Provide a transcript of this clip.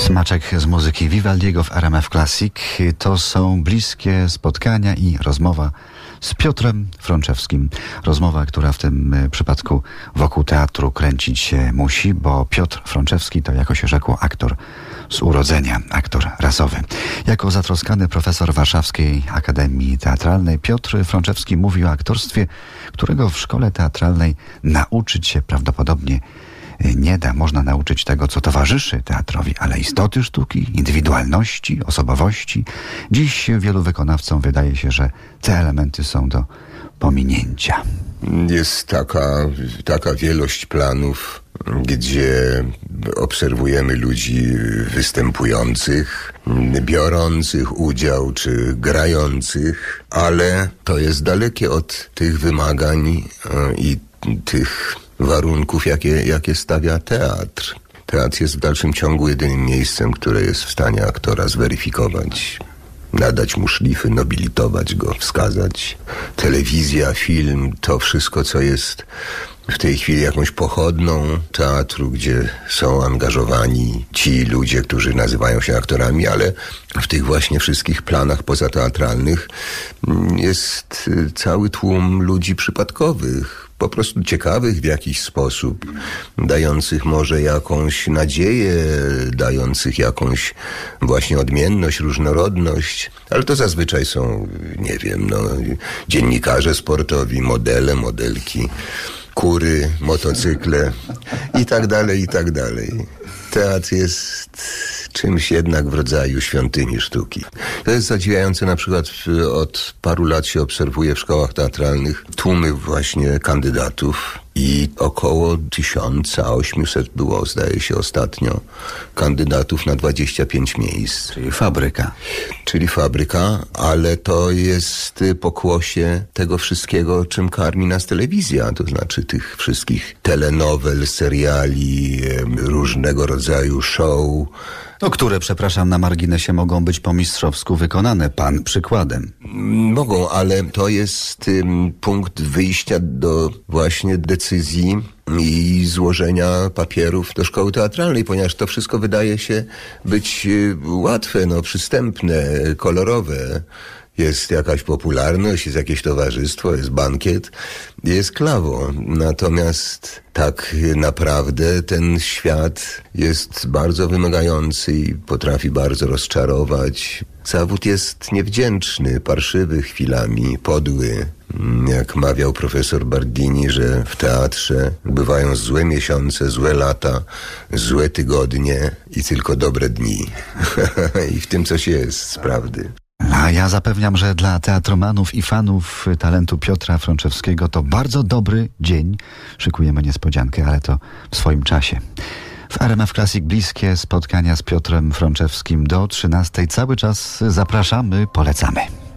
Smaczek z muzyki Vivaldiego w RMF Classic. To są bliskie spotkania i rozmowa z Piotrem Frączewskim. Rozmowa, która w tym przypadku wokół teatru kręcić się musi, bo Piotr Frączewski to, jako się rzekło, aktor z urodzenia, aktor rasowy. Jako zatroskany profesor Warszawskiej Akademii Teatralnej Piotr Frączewski mówi o aktorstwie, którego w szkole teatralnej nauczyć się prawdopodobnie nie da. Można nauczyć tego, co towarzyszy teatrowi, ale istoty sztuki, indywidualności, osobowości. Dziś wielu wykonawcom wydaje się, że te elementy są do pominięcia. Jest taka wielość planów, gdzie obserwujemy ludzi występujących, biorących udział czy grających, ale to jest dalekie od tych wymagań i tych warunków, jakie stawia teatr. Teatr jest w dalszym ciągu jedynym miejscem, które jest w stanie aktora zweryfikować, nadać mu szlify, nobilitować go, wskazać. Telewizja, film, to wszystko, co jest w tej chwili jakąś pochodną teatru, gdzie są angażowani ci ludzie, którzy nazywają się aktorami, ale w tych właśnie wszystkich planach pozateatralnych jest cały tłum ludzi przypadkowych, po prostu ciekawych w jakiś sposób, dających może jakąś nadzieję, dających jakąś właśnie odmienność, różnorodność, ale to zazwyczaj są, nie wiem, dziennikarze sportowi, modele, modelki, kury, motocykle i tak dalej, i tak dalej. Teatr jest czymś jednak w rodzaju świątyni sztuki. To jest zadziwiające, na przykład od paru lat się obserwuje w szkołach teatralnych tłumy właśnie kandydatów i około 1800 było, zdaje się, ostatnio kandydatów na 25 miejsc. Czyli fabryka, ale to jest pokłosie tego wszystkiego, czym karmi nas telewizja, to znaczy tych wszystkich telenowel, seriali, różnego rodzaju show. Które, przepraszam, na marginesie mogą być po mistrzowsku wykonane. Pan przykładem. Mogą, ale to jest punkt wyjścia do właśnie decyzji i złożenia papierów do szkoły teatralnej, ponieważ to wszystko wydaje się być łatwe, przystępne, kolorowe. Jest jakaś popularność, jest jakieś towarzystwo, jest bankiet, jest klawo. Natomiast tak naprawdę ten świat jest bardzo wymagający i potrafi bardzo rozczarować. Zawód jest niewdzięczny, parszywy chwilami, podły. Jak mawiał profesor Bardini, że w teatrze bywają złe miesiące, złe lata, złe tygodnie i tylko dobre dni. I w tym coś jest z prawdy. A ja zapewniam, że dla teatromanów i fanów talentu Piotra Frączewskiego to bardzo dobry dzień. Szykujemy niespodziankę, ale to w swoim czasie. W RMF Classic bliskie spotkania z Piotrem Frączewskim do 13:00. Cały czas zapraszamy, polecamy.